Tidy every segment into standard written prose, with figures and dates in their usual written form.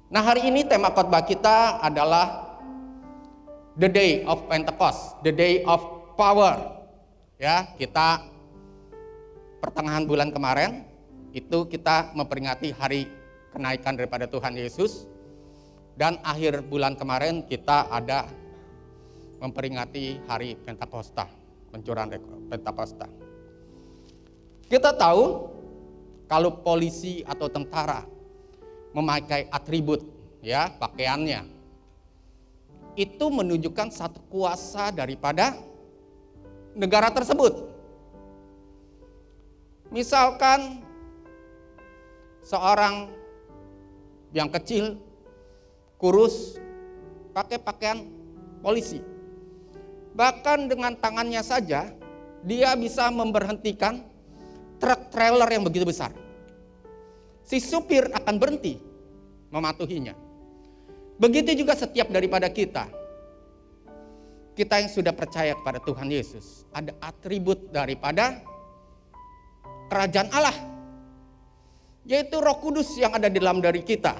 Nah, hari ini tema khotbah kita adalah The Day of Pentecost, The Day of Power. Ya, kita pertengahan bulan kemarin itu kita memperingati hari kenaikan daripada Tuhan Yesus, dan akhir bulan kemarin kita ada memperingati hari Pentakosta, pencurahan Pentakosta. Kita tahu kalau polisi atau tentara memakai atribut, ya, pakaiannya, itu menunjukkan satu kuasa daripada negara tersebut. Misalkan seorang yang kecil, kurus, pakai pakaian polisi, bahkan dengan tangannya saja dia bisa memberhentikan truk trailer yang begitu besar. Si supir akan berhenti mematuhinya. Begitu juga setiap daripada kita yang sudah percaya kepada Tuhan Yesus, ada atribut daripada kerajaan Allah, yaitu Roh Kudus yang ada di dalam diri kita.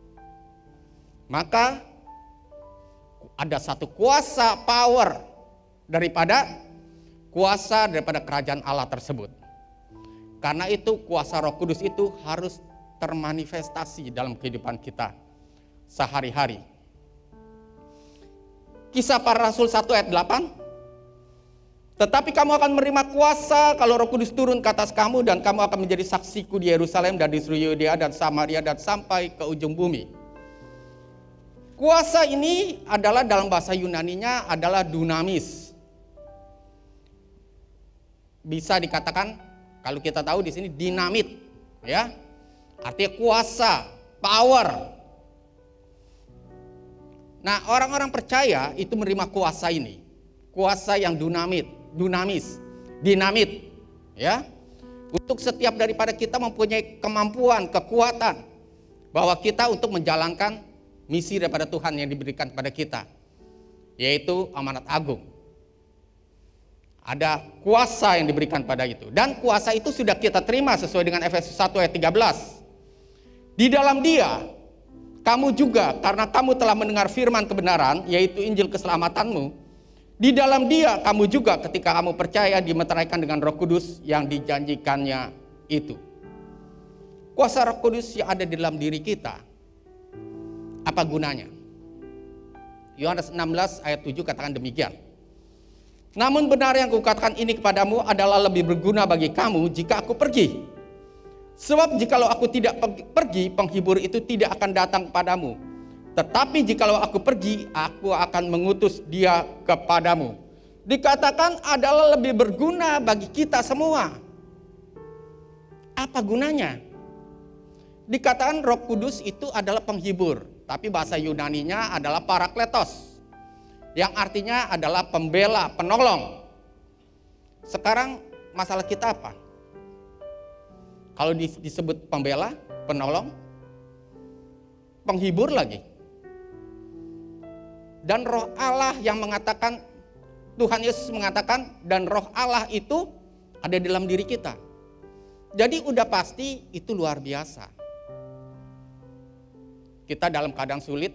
Maka ada satu kuasa, power daripada kerajaan Allah tersebut. Karena itu kuasa Roh Kudus itu harus termanifestasi dalam kehidupan kita sehari-hari. Kisah Para Rasul 1 ayat 8. Tetapi kamu akan menerima kuasa kalau Roh Kudus turun ke atas kamu, dan kamu akan menjadi saksiku di Yerusalem dan di seluruh Yudea dan Samaria dan sampai ke ujung bumi. Kuasa ini adalah dalam bahasa Yunaninya adalah dunamis. Bisa dikatakan kalau kita tahu di sini dinamit, ya. Artinya kuasa, power. Nah, orang-orang percaya itu menerima kuasa ini. Kuasa yang dinamis, dinamit, ya. Untuk setiap daripada kita mempunyai kemampuan, kekuatan bahwa kita untuk menjalankan misi daripada Tuhan yang diberikan kepada kita, yaitu amanat agung. Ada kuasa yang diberikan pada itu, dan kuasa itu sudah kita terima sesuai dengan Efesus 1 ayat 13. Di dalam Dia kamu juga, karena kamu telah mendengar firman kebenaran, yaitu Injil keselamatanmu, di dalam Dia kamu juga ketika kamu percaya dimeteraikan dengan Roh Kudus yang dijanjikannya itu. Kuasa Roh Kudus yang ada di dalam diri kita, apa gunanya? Yohanes 16 ayat 7 katakan demikian. Namun benar yang kukatakan ini kepadamu adalah lebih berguna bagi kamu jika aku pergi. Sebab jikalau aku tidak pergi, penghibur itu tidak akan datang kepadamu. Tetapi jikalau aku pergi, aku akan mengutus Dia kepadamu. Dikatakan adalah lebih berguna bagi kita semua. Apa gunanya? Dikatakan Roh Kudus itu adalah penghibur, tapi bahasa Yunaninya adalah parakletos, yang artinya adalah pembela, penolong. Sekarang masalah kita apa? Kalau disebut pembela, penolong, penghibur lagi. Dan Roh Allah yang mengatakan, Tuhan Yesus mengatakan, dan Roh Allah itu ada di dalam diri kita. Jadi udah pasti itu luar biasa. Kita dalam keadaan sulit,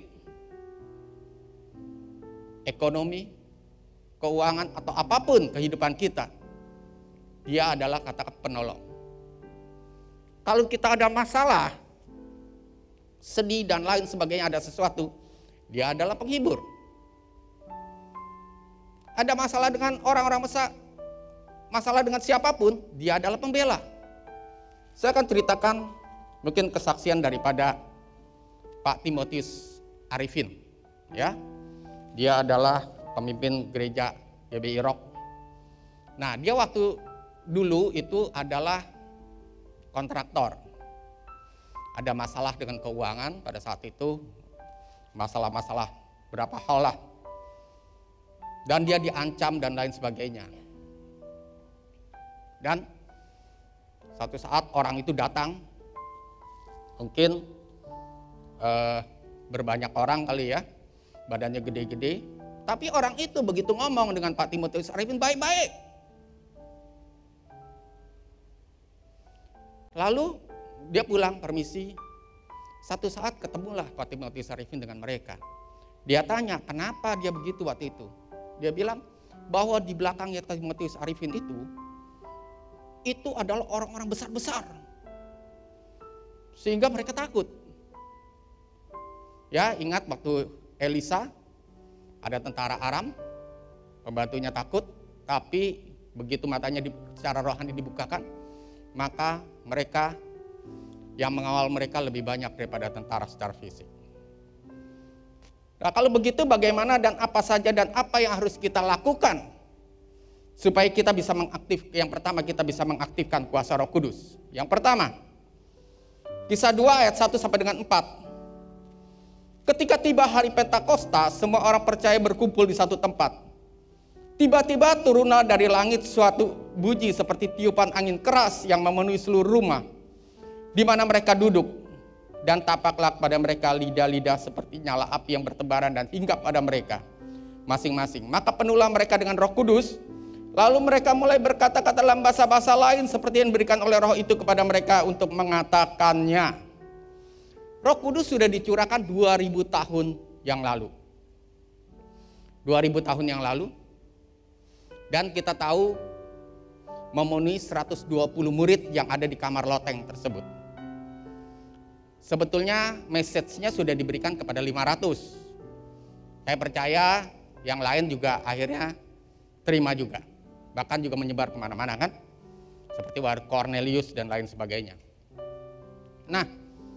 ekonomi, keuangan, atau apapun kehidupan kita, Dia adalah katakan penolong. Kalau kita ada masalah, sedih dan lain sebagainya, ada sesuatu, Dia adalah penghibur. Ada masalah dengan orang-orang besar, masalah dengan siapapun, Dia adalah pembela. Saya akan ceritakan mungkin kesaksian daripada Pak Timotius Arifin, ya. Dia adalah pemimpin gereja GBI Rock. Nah, dia waktu dulu itu adalah kontraktor. Ada masalah dengan keuangan pada saat itu, masalah-masalah berapa hal lah. Dan dia diancam dan lain sebagainya. Dan satu saat orang itu datang, mungkin berbanyak orang kali ya, badannya gede-gede. Tapi orang itu begitu ngomong dengan Pak Timotius Arifin baik-baik. Lalu dia pulang, permisi, Satu saat ketemulah Pak Timotius Arifin dengan mereka. Dia tanya, kenapa dia begitu waktu itu? Dia bilang bahwa di belakangnya Timotius Arifin itu adalah orang-orang besar-besar. Sehingga mereka takut. Ya, ingat waktu Elisa, ada tentara Aram, pembantunya takut, tapi begitu matanya secara rohani dibukakan, maka mereka yang mengawal mereka lebih banyak daripada tentara secara fisik. Nah, kalau begitu bagaimana dan apa saja dan apa yang harus kita lakukan supaya kita bisa yang pertama kita bisa mengaktifkan kuasa Roh Kudus. Yang pertama, Kisah 2 ayat 1 sampai dengan 4. Ketika tiba hari Pentakosta, semua orang percaya berkumpul di satu tempat. Tiba-tiba turunlah dari langit suatu bunyi seperti tiupan angin keras yang memenuhi seluruh rumah di mana mereka duduk, dan tapaklah pada mereka lidah-lidah seperti nyala api yang bertebaran dan hinggap pada mereka masing-masing. Maka penuhlah mereka dengan Roh Kudus, lalu mereka mulai berkata-kata dalam bahasa-bahasa lain seperti yang diberikan oleh Roh itu kepada mereka untuk mengatakannya. Roh Kudus sudah dicurahkan 2000 tahun yang lalu. 2000 tahun yang lalu. Dan kita tahu memenuhi 120 murid yang ada di kamar loteng tersebut. Sebetulnya message-nya sudah diberikan kepada 500. Saya percaya yang lain juga akhirnya terima juga. Bahkan juga menyebar kemana-mana kan. Seperti Cornelius dan lain sebagainya. Nah,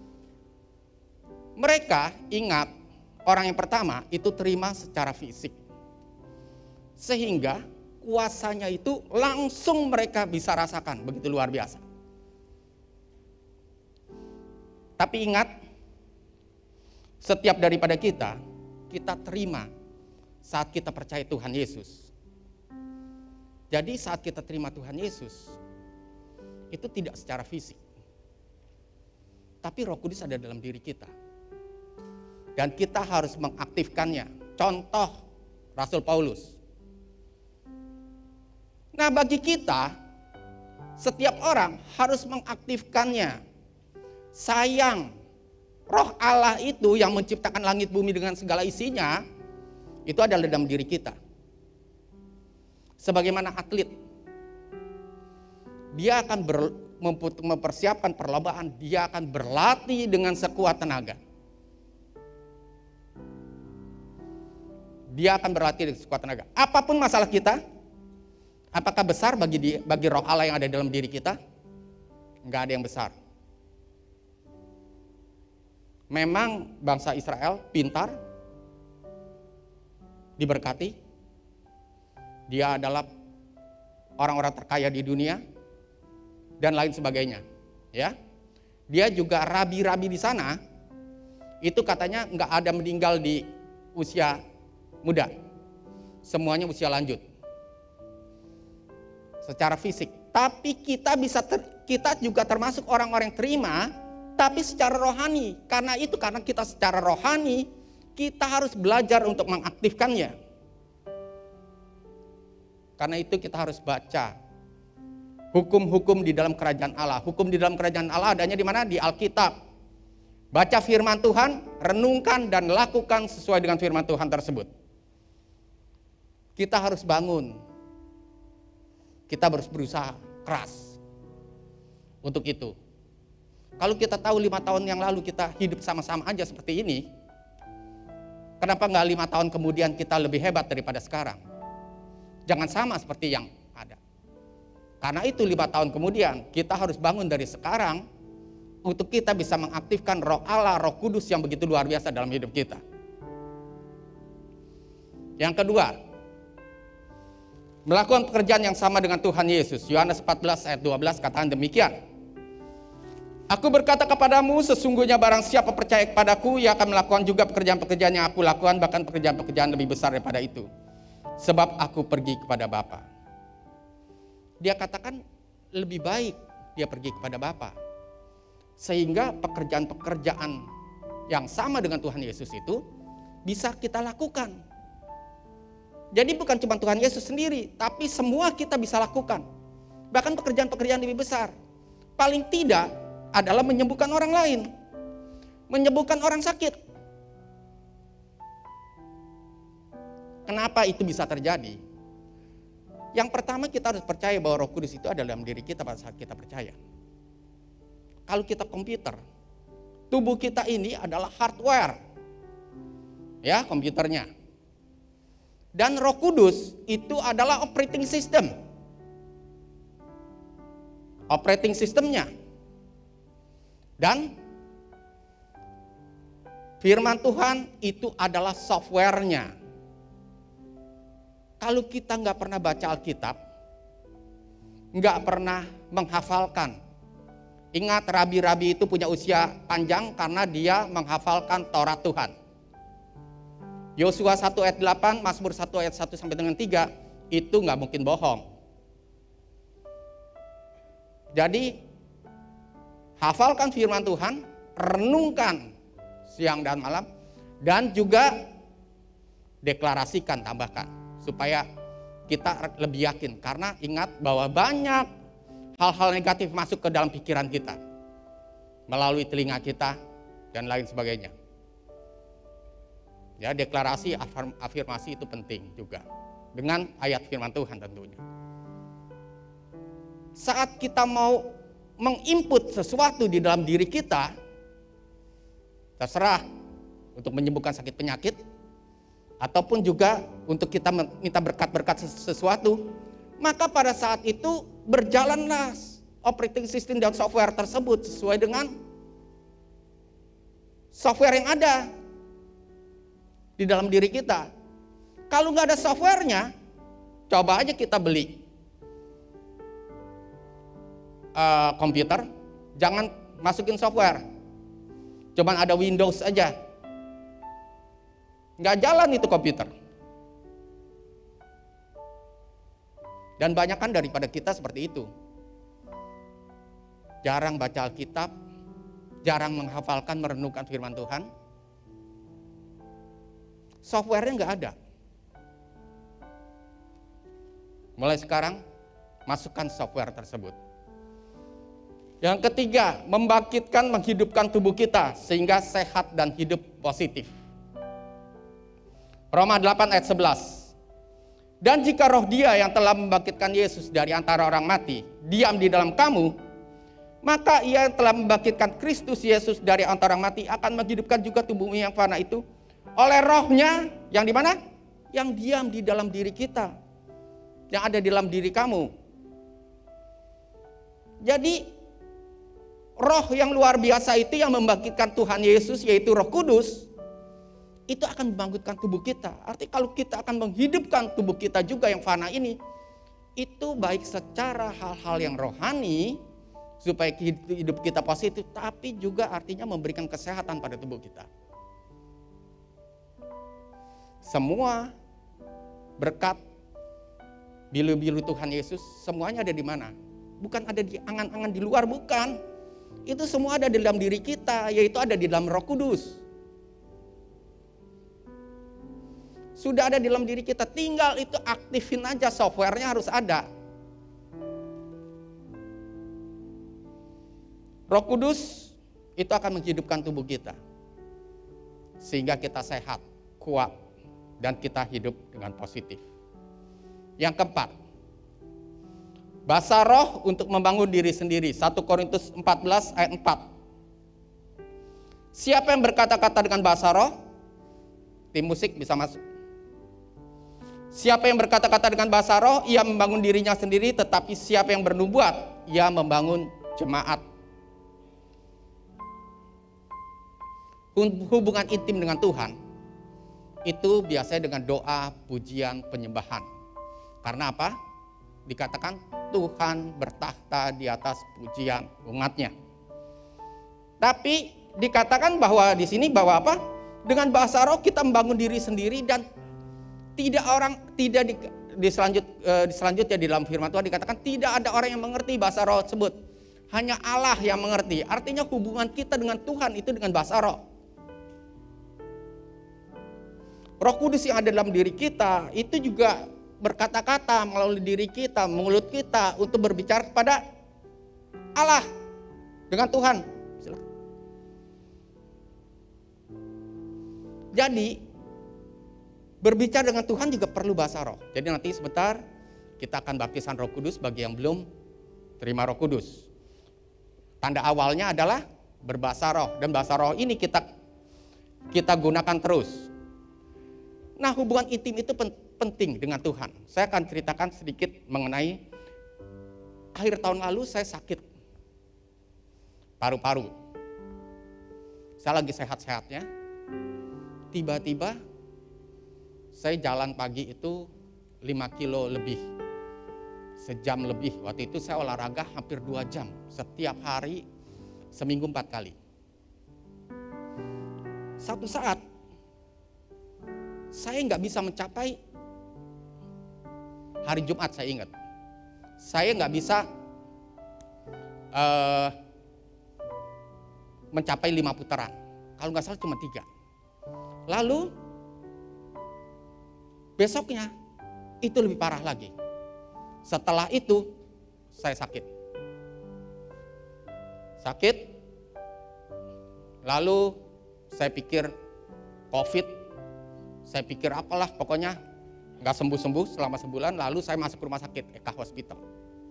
mereka ingat orang yang pertama itu terima secara fisik. Sehingga kuasanya itu langsung mereka bisa rasakan, begitu luar biasa. Tapi ingat, setiap daripada kita terima saat kita percaya Tuhan Yesus. Jadi saat kita terima Tuhan Yesus, itu tidak secara fisik. Tapi Roh Kudus ada dalam diri kita. Dan kita harus mengaktifkannya. Contoh Rasul Paulus. Nah, bagi kita, setiap orang harus mengaktifkannya. Sayang, Roh Allah itu yang menciptakan langit bumi dengan segala isinya, itu adalah dalam diri kita. Sebagaimana atlet, dia akan mempersiapkan perlombaan, dia akan berlatih dengan sekuat tenaga. Dia akan berlatih dengan sekuat tenaga. Apapun masalah kita, apakah besar bagi Roh Allah yang ada dalam diri kita? Enggak ada yang besar. Memang bangsa Israel pintar, diberkati. Dia adalah orang-orang terkaya di dunia dan lain sebagainya. Ya, dia juga rabi-rabi di sana. Itu katanya nggak ada meninggal di usia muda, semuanya usia lanjut. Secara fisik, tapi kita juga termasuk orang-orang yang terima. Tapi secara rohani, karena kita secara rohani, kita harus belajar untuk mengaktifkannya. Karena itu kita harus baca hukum-hukum di dalam kerajaan Allah. Hukum di dalam kerajaan Allah adanya di mana? Di Alkitab. Baca firman Tuhan, renungkan dan lakukan sesuai dengan firman Tuhan tersebut. Kita harus bangun. Kita harus berusaha keras untuk itu. Kalau kita tahu 5 tahun yang lalu kita hidup sama-sama aja seperti ini, kenapa nggak 5 tahun kemudian kita lebih hebat daripada sekarang? Jangan sama seperti yang ada. Karena itu 5 tahun kemudian kita harus bangun dari sekarang untuk kita bisa mengaktifkan Roh Allah, Roh Kudus yang begitu luar biasa dalam hidup kita. Yang kedua, melakukan pekerjaan yang sama dengan Tuhan Yesus. Yohanes 14 ayat 12 katakan demikian. Aku berkata kepadamu, sesungguhnya barang siapa percaya kepadaku, ia akan melakukan juga pekerjaan-pekerjaan yang aku lakukan, bahkan pekerjaan-pekerjaan lebih besar daripada itu. Sebab aku pergi kepada Bapa. Dia katakan lebih baik dia pergi kepada Bapa. Sehingga pekerjaan-pekerjaan yang sama dengan Tuhan Yesus itu bisa kita lakukan. Jadi bukan cuma Tuhan Yesus sendiri, tapi semua kita bisa lakukan. Bahkan pekerjaan-pekerjaan lebih besar. Paling tidak adalah menyembuhkan orang lain. menyembuhkan orang sakit. Kenapa itu bisa terjadi? Yang pertama, kita harus percaya bahwa Roh Kudus itu ada dalam diri kita pada saat kita percaya. Kalau kita komputer, tubuh kita ini adalah hardware, ya, komputernya. Dan Roh Kudus itu adalah operating system. Operating sistemnya. Dan firman Tuhan itu adalah softwarenya. Kalau kita nggak pernah baca Alkitab, nggak pernah menghafalkan. Ingat, rabi-rabi itu punya usia panjang karena dia menghafalkan Taurat Tuhan. Yosua 1 ayat 8, Mazmur 1 ayat 1 sampai dengan 3, itu nggak mungkin bohong. Jadi, hafalkan firman Tuhan, renungkan siang dan malam, dan juga deklarasikan, tambahkan, supaya kita lebih yakin. Karena ingat bahwa banyak hal-hal negatif masuk ke dalam pikiran kita, melalui telinga kita, dan lain sebagainya. Ya, deklarasi, afirmasi itu penting juga. Dengan ayat firman Tuhan tentunya. Saat kita mau menginput sesuatu di dalam diri kita, terserah untuk menyembuhkan sakit penyakit, ataupun juga untuk kita minta berkat-berkat sesuatu, maka pada saat itu berjalanlah operating system dan software tersebut sesuai dengan software yang ada di dalam diri kita. Kalau nggak ada softwarenya, coba aja kita beli komputer, jangan masukin software, cuman ada Windows aja, nggak jalan itu komputer. Dan banyak kan daripada kita seperti itu, jarang baca Alkitab, jarang menghafalkan, merenungkan firman Tuhan. Softwarenya nggak ada. Mulai sekarang, masukkan software tersebut. Yang ketiga, membangkitkan, menghidupkan tubuh kita sehingga sehat dan hidup positif. Roma 8 ayat 11. Dan jika roh Dia yang telah membangkitkan Yesus dari antara orang mati diam di dalam kamu, maka Ia yang telah membangkitkan Kristus Yesus dari antara orang mati akan menghidupkan juga tubuhmu yang fana itu oleh rohnya yang di mana? Yang diam di dalam diri kita, yang ada di dalam diri kamu. Jadi roh yang luar biasa itu yang membangkitkan Tuhan Yesus, yaitu Roh Kudus, itu akan membangkitkan tubuh kita. Artinya kalau kita akan menghidupkan tubuh kita juga yang fana ini, itu baik secara hal-hal yang rohani, supaya hidup kita positif, tapi juga artinya memberikan kesehatan pada tubuh kita. Semua berkat bilu-bilu Tuhan Yesus, semuanya ada di mana? Bukan ada di angan-angan di luar, bukan. Itu semua ada di dalam diri kita, yaitu ada di dalam Roh Kudus. Sudah ada di dalam diri kita, tinggal itu aktifin aja, softwarenya harus ada. Roh Kudus itu akan menghidupkan tubuh kita, sehingga kita sehat, kuat, dan kita hidup dengan positif. Yang keempat, bahasa roh untuk membangun diri sendiri. 1 Korintus 14 ayat 4. Siapa yang berkata-kata dengan bahasa roh? Tim musik bisa masuk. Siapa yang berkata-kata dengan bahasa roh, ia membangun dirinya sendiri, tetapi siapa yang bernubuat, ia membangun jemaat. Hubungan intim dengan Tuhan itu biasanya dengan doa, pujian, penyembahan. Karena apa? Dikatakan Tuhan bertahta di atas pujian umatnya. Tapi dikatakan bahwa di sini bahwa apa? Dengan bahasa roh kita membangun diri sendiri, dan selanjutnya di dalam firman Tuhan dikatakan tidak ada orang yang mengerti bahasa roh tersebut. Hanya Allah yang mengerti. Artinya hubungan kita dengan Tuhan itu dengan bahasa roh. Roh Kudus yang ada dalam diri kita itu juga berkata-kata melalui diri kita, mulut kita untuk berbicara kepada Allah, dengan Tuhan. Jadi berbicara dengan Tuhan juga perlu bahasa roh. Jadi nanti sebentar kita akan baptisan Roh Kudus bagi yang belum terima Roh Kudus. Tanda awalnya adalah berbahasa roh, dan bahasa roh ini kita gunakan terus. Nah, hubungan intim itu penting dengan Tuhan. Saya akan ceritakan sedikit mengenai akhir tahun lalu saya sakit paru-paru. Saya lagi sehat-sehatnya, tiba-tiba saya jalan pagi itu 5 kilo lebih, sejam lebih. Waktu itu saya olahraga hampir 2 jam, setiap hari, seminggu 4 kali. Satu saat, saya nggak bisa mencapai hari Jumat, saya ingat. Saya nggak bisa mencapai 5 putaran. Kalau nggak salah cuma 3. Lalu besoknya itu lebih parah lagi. Setelah itu saya sakit. Lalu saya pikir COVID, saya pikir apalah, pokoknya nggak sembuh-sembuh selama sebulan. Lalu saya masuk rumah sakit Eka Hospital.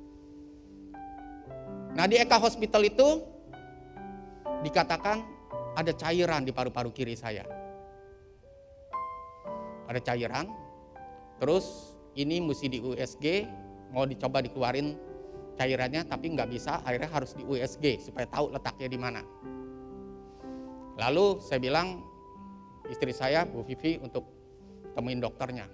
Nah, di Eka Hospital itu dikatakan ada cairan di paru-paru kiri saya. Ada cairan. Terus ini mesti di USG, mau dicoba dikeluarin cairannya, tapi nggak bisa, akhirnya harus di USG supaya tahu letaknya di mana. Lalu saya bilang istri saya, Bu Vivi, untuk temuin dokternya.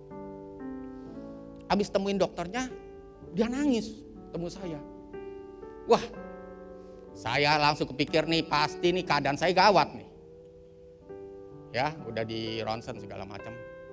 Habis temuin dokternya, dia nangis temu saya. Wah, saya langsung kepikir nih, pasti nih keadaan saya gawat nih. Ya, udah di ronsen segala macam.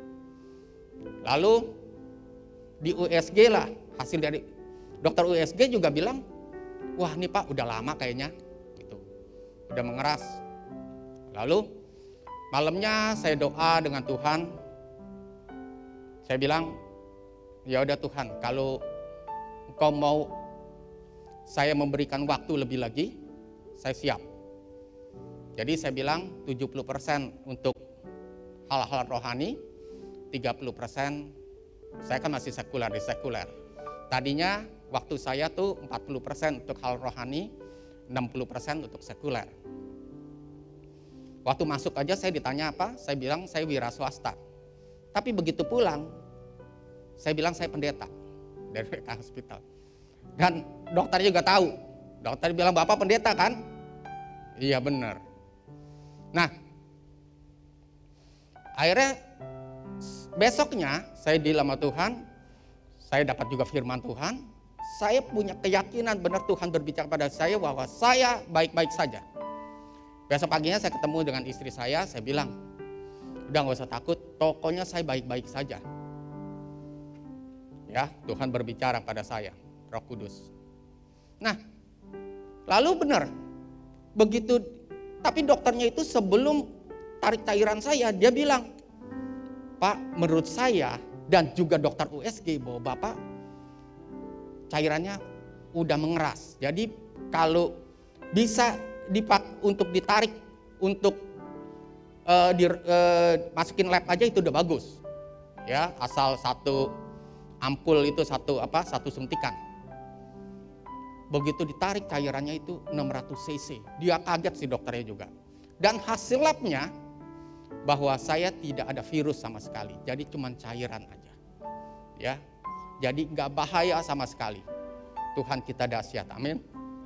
Lalu di USG lah, hasil dari dokter USG juga bilang, wah nih Pak udah lama kayaknya, gitu, udah mengeras. Lalu malamnya saya doa dengan Tuhan, saya bilang, ya udah Tuhan, kalau Engkau mau saya memberikan waktu lebih lagi, saya siap. Jadi saya bilang 70% untuk hal-hal rohani, 30% saya kan masih sekuler, di sekuler. Tadinya waktu saya tuh 40% untuk hal rohani, 60% untuk sekuler. Waktu masuk aja saya ditanya apa, saya bilang saya wira swasta. Tapi begitu pulang, saya bilang saya pendeta dari Eka Hospital. Dan dokter juga tahu, dokter bilang Bapak pendeta kan? Iya benar. Nah, akhirnya besoknya saya di lama Tuhan, saya dapat juga firman Tuhan, saya punya keyakinan benar Tuhan berbicara pada saya bahwa saya baik-baik saja. Besok paginya saya ketemu dengan istri saya bilang, udah gak usah takut, pokoknya saya baik-baik saja. Ya, Tuhan berbicara pada saya, Roh Kudus. Nah, lalu benar, begitu, tapi dokternya itu sebelum tarik cairan saya, dia bilang, Pak, menurut saya dan juga dokter USG bahwa Bapak cairannya udah mengeras. Jadi kalau bisa untuk ditarik, untuk masukin lab aja itu udah bagus. Ya, asal satu ampul itu satu suntikan. Begitu ditarik cairannya itu 600 cc. Dia kaget si dokternya juga. Dan hasil labnya bahwa saya tidak ada virus sama sekali. Jadi cuma cairan aja. Ya. Jadi nggak bahaya sama sekali. Tuhan kita dahsyat. Amin.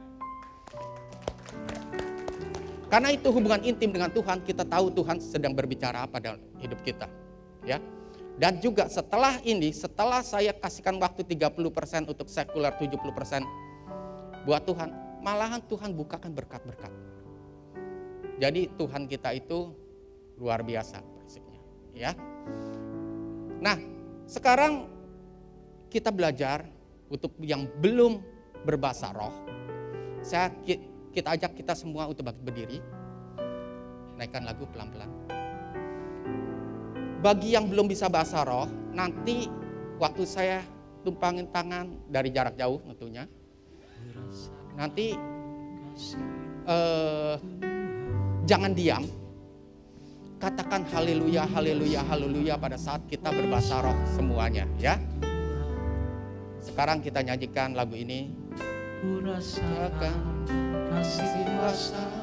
Karena itu hubungan intim dengan Tuhan, kita tahu Tuhan sedang berbicara apa dalam hidup kita. Ya. Dan juga setelah ini, setelah saya kasihkan waktu 30% untuk sekuler, 70% buat Tuhan, malahan Tuhan bukakan berkat-berkat. Jadi Tuhan kita itu luar biasa prinsipnya, ya. Nah, sekarang kita belajar untuk yang belum berbahasa roh. Kita ajak kita semua untuk berdiri. Naikkan lagu pelan-pelan. Bagi yang belum bisa bahasa roh, nanti waktu saya tumpangin tangan dari jarak jauh tentunya. Nanti jangan diam. katakan haleluya, haleluya, haleluya pada saat kita berbahasa roh semuanya ya. Sekarang kita nyanyikan lagu ini. Ku rasakan kasih kuasa